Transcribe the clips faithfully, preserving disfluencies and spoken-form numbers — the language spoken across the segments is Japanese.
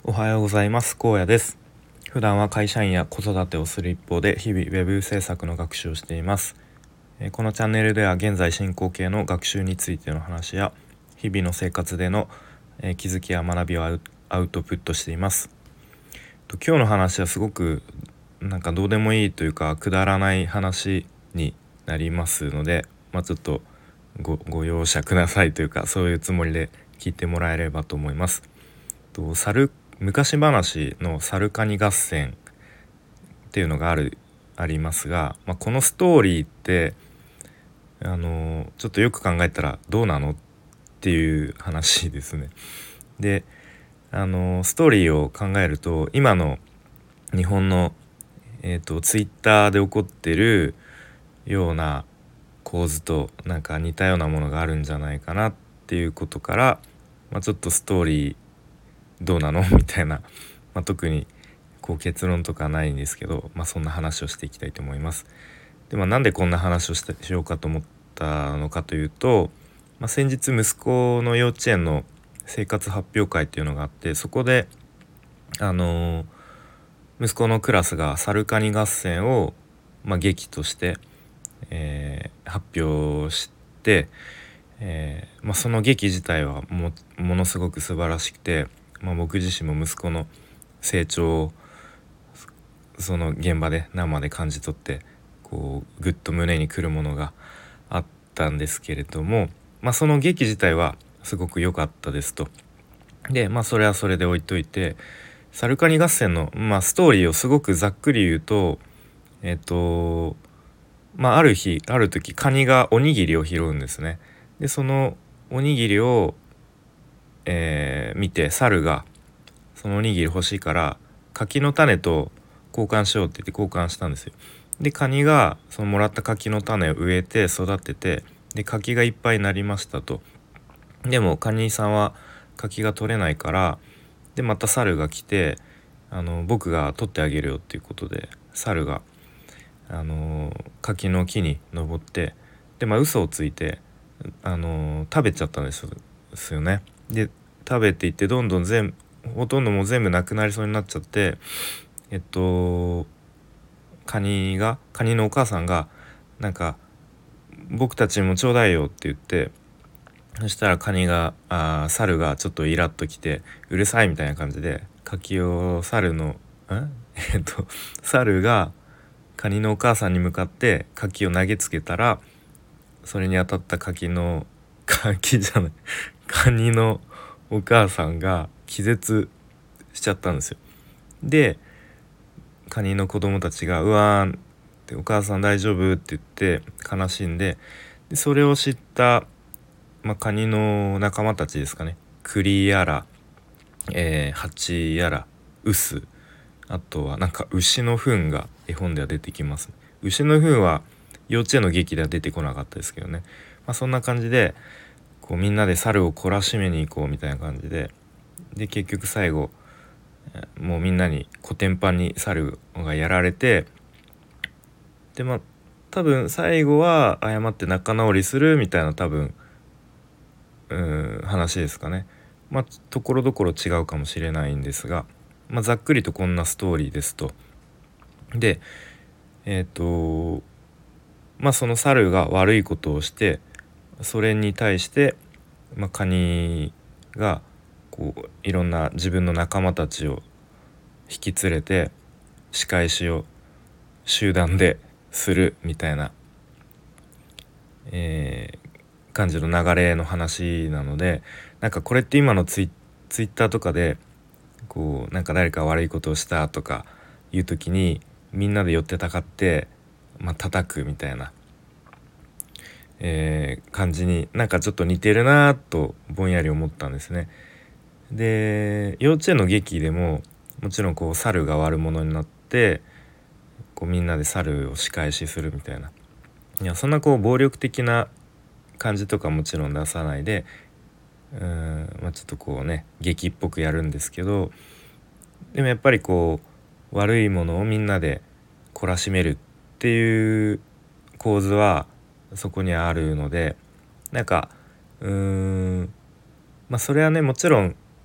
おはようございます。荒野です。普段は会社員や子育てをする一方で日々ウェブ制作の学習をしています。このチャンネルでは現在進行形の学習についての話や日々の生活での気づきや学びをアウトプットしています。今日の話はすごくなんかどうでもいいというかくだらない話になりますので、まあ、ちょっと ご, ご容赦くださいというか、そういうつもりで聞いてもらえればと思います。と猿昔話のサルカニ合戦っていうのがあるありますが、まあ、このストーリーってあのちょっとよく考えたらどうなのっていう話ですね。であのストーリーを考えると今の日本の、えーと、ツイッターで起こってるような構図となんか似たようなものがあるんじゃないかなっていうことから、まあ、ちょっとストーリーどうなのみたいな、まあ、特にこう結論とかないんですけど、まあ、そんな話をしていきたいと思います。で、まあ、なんでこんな話をしようかと思ったのかというと、まあ、先日息子の幼稚園の生活発表会っていうのがあって、そこであのー、息子のクラスがサルカニ合戦を、まあ、劇として、えー、発表して、えーまあ、その劇自体は も, ものすごく素晴らしくて、まあ、僕自身も息子の成長をその現場で生で感じ取ってこうぐっと胸にくるものがあったんですけれども、まあ、その劇自体はすごく良かったですと。でまあそれはそれで置いといて、サルカニ合戦の、まあ、ストーリーをすごくざっくり言うと、えっとまあある日ある時カニがおにぎりを拾うんですね。でそのおにぎりを、えー見て猿がそのおにぎり欲しいから柿の種と交換しようって言って交換したんですよ。でカニがそのもらった柿の種を植えて育てて、で柿がいっぱいになりましたと。でもカニさんは柿が取れないから、でまた猿が来てあの僕が取ってあげるよっていうことで猿があの柿の木に登って、でまあ嘘をついてあの食べちゃったんですよね。で食べていってどんどん全ほとんどもう全部なくなりそうになっちゃって、えっとカニがカニのお母さんがなんか僕たちにもちょうだいよって言って、そしたらカニがあ猿がちょっとイラッときてうるさいみたいな感じで柿を猿のんえっと猿がカニのお母さんに向かって柿を投げつけたら、それに当たった柿の柿じゃないカニのお母さんが気絶しちゃったんですよ。でカニの子供たちがうわーってお母さん大丈夫って言って悲しんで、でそれを知った、まあ、カニの仲間たちですかね、栗やら、えー、蜂やら臼、あとはなんか牛の糞が絵本では出てきます。牛の糞は幼稚園の劇では出てこなかったですけどね、まあ、そんな感じでこうみんなで猿を懲らしめに行こうみたいな感じで、で結局最後もうみんなにコテンパンに猿がやられて、でまあ多分最後は謝って仲直りするみたいな多分うーん話ですかね。まあところどころ違うかもしれないんですが、まあ、ざっくりとこんなストーリーですと。でえっ、ー、とまあその猿が悪いことをしてそれに対して、まあ、カニがこういろんな自分の仲間たちを引き連れて仕返しを集団でするみたいな、えー感じの流れの話なので、なんかこれって今のツイ、ツイッターとかでこうなんか誰か悪いことをしたとかいう時にみんなで寄ってたかって、まあ叩くみたいな、えー感じになんかちょっと似てるなとぼんやり思ったんですね。で幼稚園の劇でももちろんこう猿が悪者になってこうみんなで猿を仕返しするみたいな、いやそんなこう暴力的な感じとかもちろん出さないで、うーん、まあ、ちょっとこうね劇っぽくやるんですけど、でもやっぱりこう悪いものをみんなで懲らしめるっていう構図はそこにはあるので、なんかうーんまあそれはねもちろん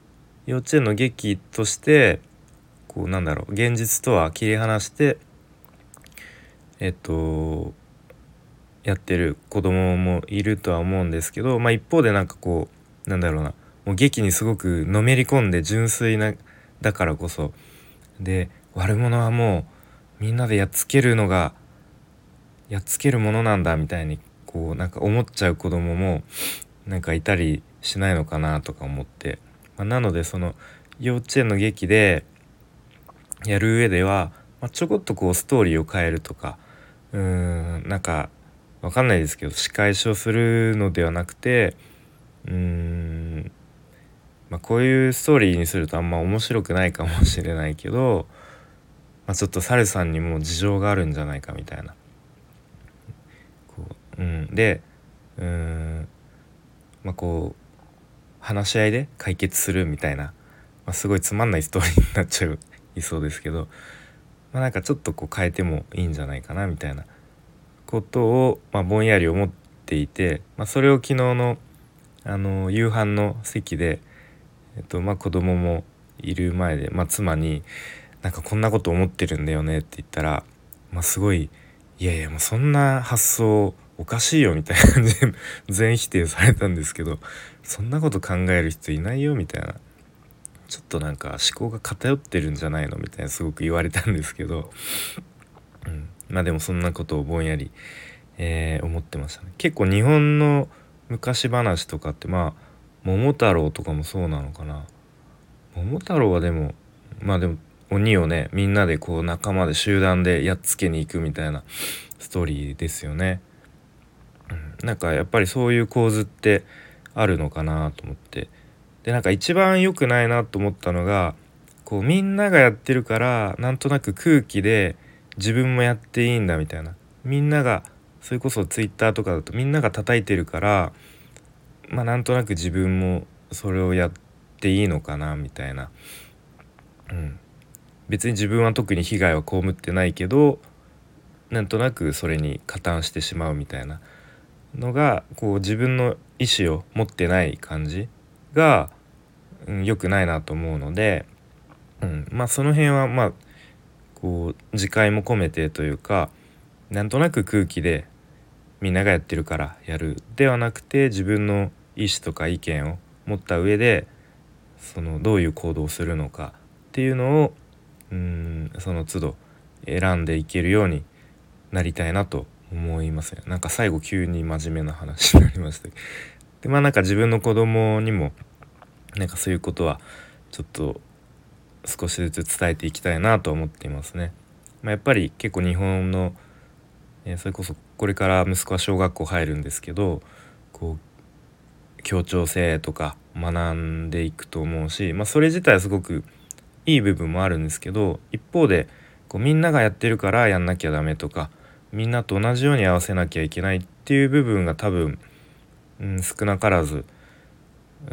幼稚園の劇としてこうなんだろう現実とは切り離してえっとやってる子供もいるとは思うんですけど、まあ、一方でなんかこうなんだろうなもう劇にすごくのめり込んで純粋なだからこそで悪者はもうみんなでやっつけるのがやっつけるものなんだみたいにこうなんか思っちゃう子供もなんかいたりしないのかなとか思って、まあ、なのでその幼稚園の劇でやる上では、まあ、ちょこっとこうストーリーを変えるとかうーんなんかわかんないですけど仕返しをするのではなくてうーん、まあ、こういうストーリーにするとあんま面白くないかもしれないけど、まあ、ちょっとサルさんにも事情があるんじゃないかみたいなこう、うん、でうーんまあこう話し合いで解決するみたいな、まあ、すごいつまんないストーリーになっちゃういそうですけど、まあ、なんかちょっとこう変えてもいいんじゃないかなみたいなことを、まあ、ぼんやり思っていて、まあ、それを昨日の、あの夕飯の席で、えっとまあ、子供もいる前で、まあ、妻になんかこんなこと思ってるんだよねって言ったら、まあ、すごいいやいやもうそんな発想おかしいよみたいな感じで全否定されたんですけど、そんなこと考える人いないよみたいな、ちょっとなんか思考が偏ってるんじゃないのみたいなすごく言われたんですけど、うん、まあでもそんなことをぼんやり、えー思ってましたね。結構日本の昔話とかってまあ桃太郎とかもそうなのかな。桃太郎はでもまあでも鬼をねみんなでこう仲間で集団でやっつけに行くみたいなストーリーですよね。うん、なんかやっぱりそういう構図ってあるのかなと思って、でなんか一番良くないなと思ったのがこうみんながやってるからなんとなく空気で自分もやっていいんだみたいな、みんながそれこそツイッターとかだとみんなが叩いてるからまあなんとなく自分もそれをやっていいのかなみたいな、うん、別に自分は特に被害は被ってないけどなんとなくそれに加担してしまうみたいなのがこう自分の意思を持ってない感じが、うん、良くないなと思うので、うん、まあその辺はまあこう自戒も込めてというかなんとなく空気でみんながやってるからやるではなくて自分の意思とか意見を持った上でそのどういう行動をするのかっていうのをうーんその都度選んでいけるようになりたいなと思いますね。なんか最後急に真面目な話になりましたけどでまあなんか自分の子供にもなんかそういうことはちょっと少しずつ伝えていきたいなと思っていますね。まあ、やっぱり結構日本の、えーそれこそこれから息子は小学校入るんですけどこう協調性とか学んでいくと思うし、まあ、それ自体はすごくいい部分もあるんですけど一方でこうみんながやってるからやんなきゃダメとかみんなと同じように合わせなきゃいけないっていう部分が多分、うん、少なからず、うん、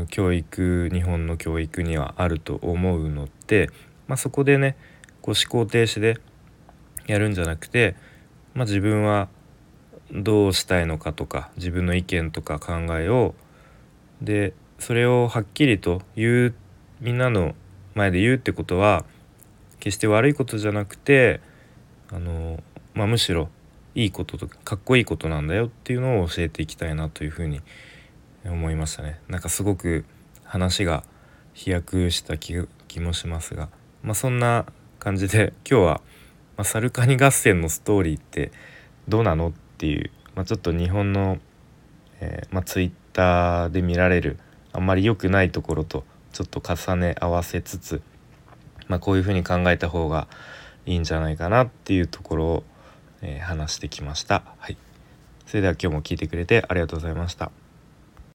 教育日本の教育にはあると思うので、まあ、そこでねこう思考停止でやるんじゃなくて、まあ、自分はどうしたいのかとか自分の意見とか考えをでそれをはっきりと言うみんなの前で言うってことは決して悪いことじゃなくてあの、まあ、むしろいいこととかかっこいいことなんだよっていうのを教えていきたいなというふうに思いましたね。なんかすごく話が飛躍した気、気もしますが、まあ、そんな感じで今日は、まあ、サルカニ合戦のストーリーってどうなのっていう、まあ、ちょっと日本の、えーまあ、ツイッターで見られるあんまり良くないところとちょっと重ね合わせつつ、まあ、こういうふうに考えた方がいいんじゃないかなっていうところを、えー話してきました。はい。それでは今日も聞いてくれてありがとうございました。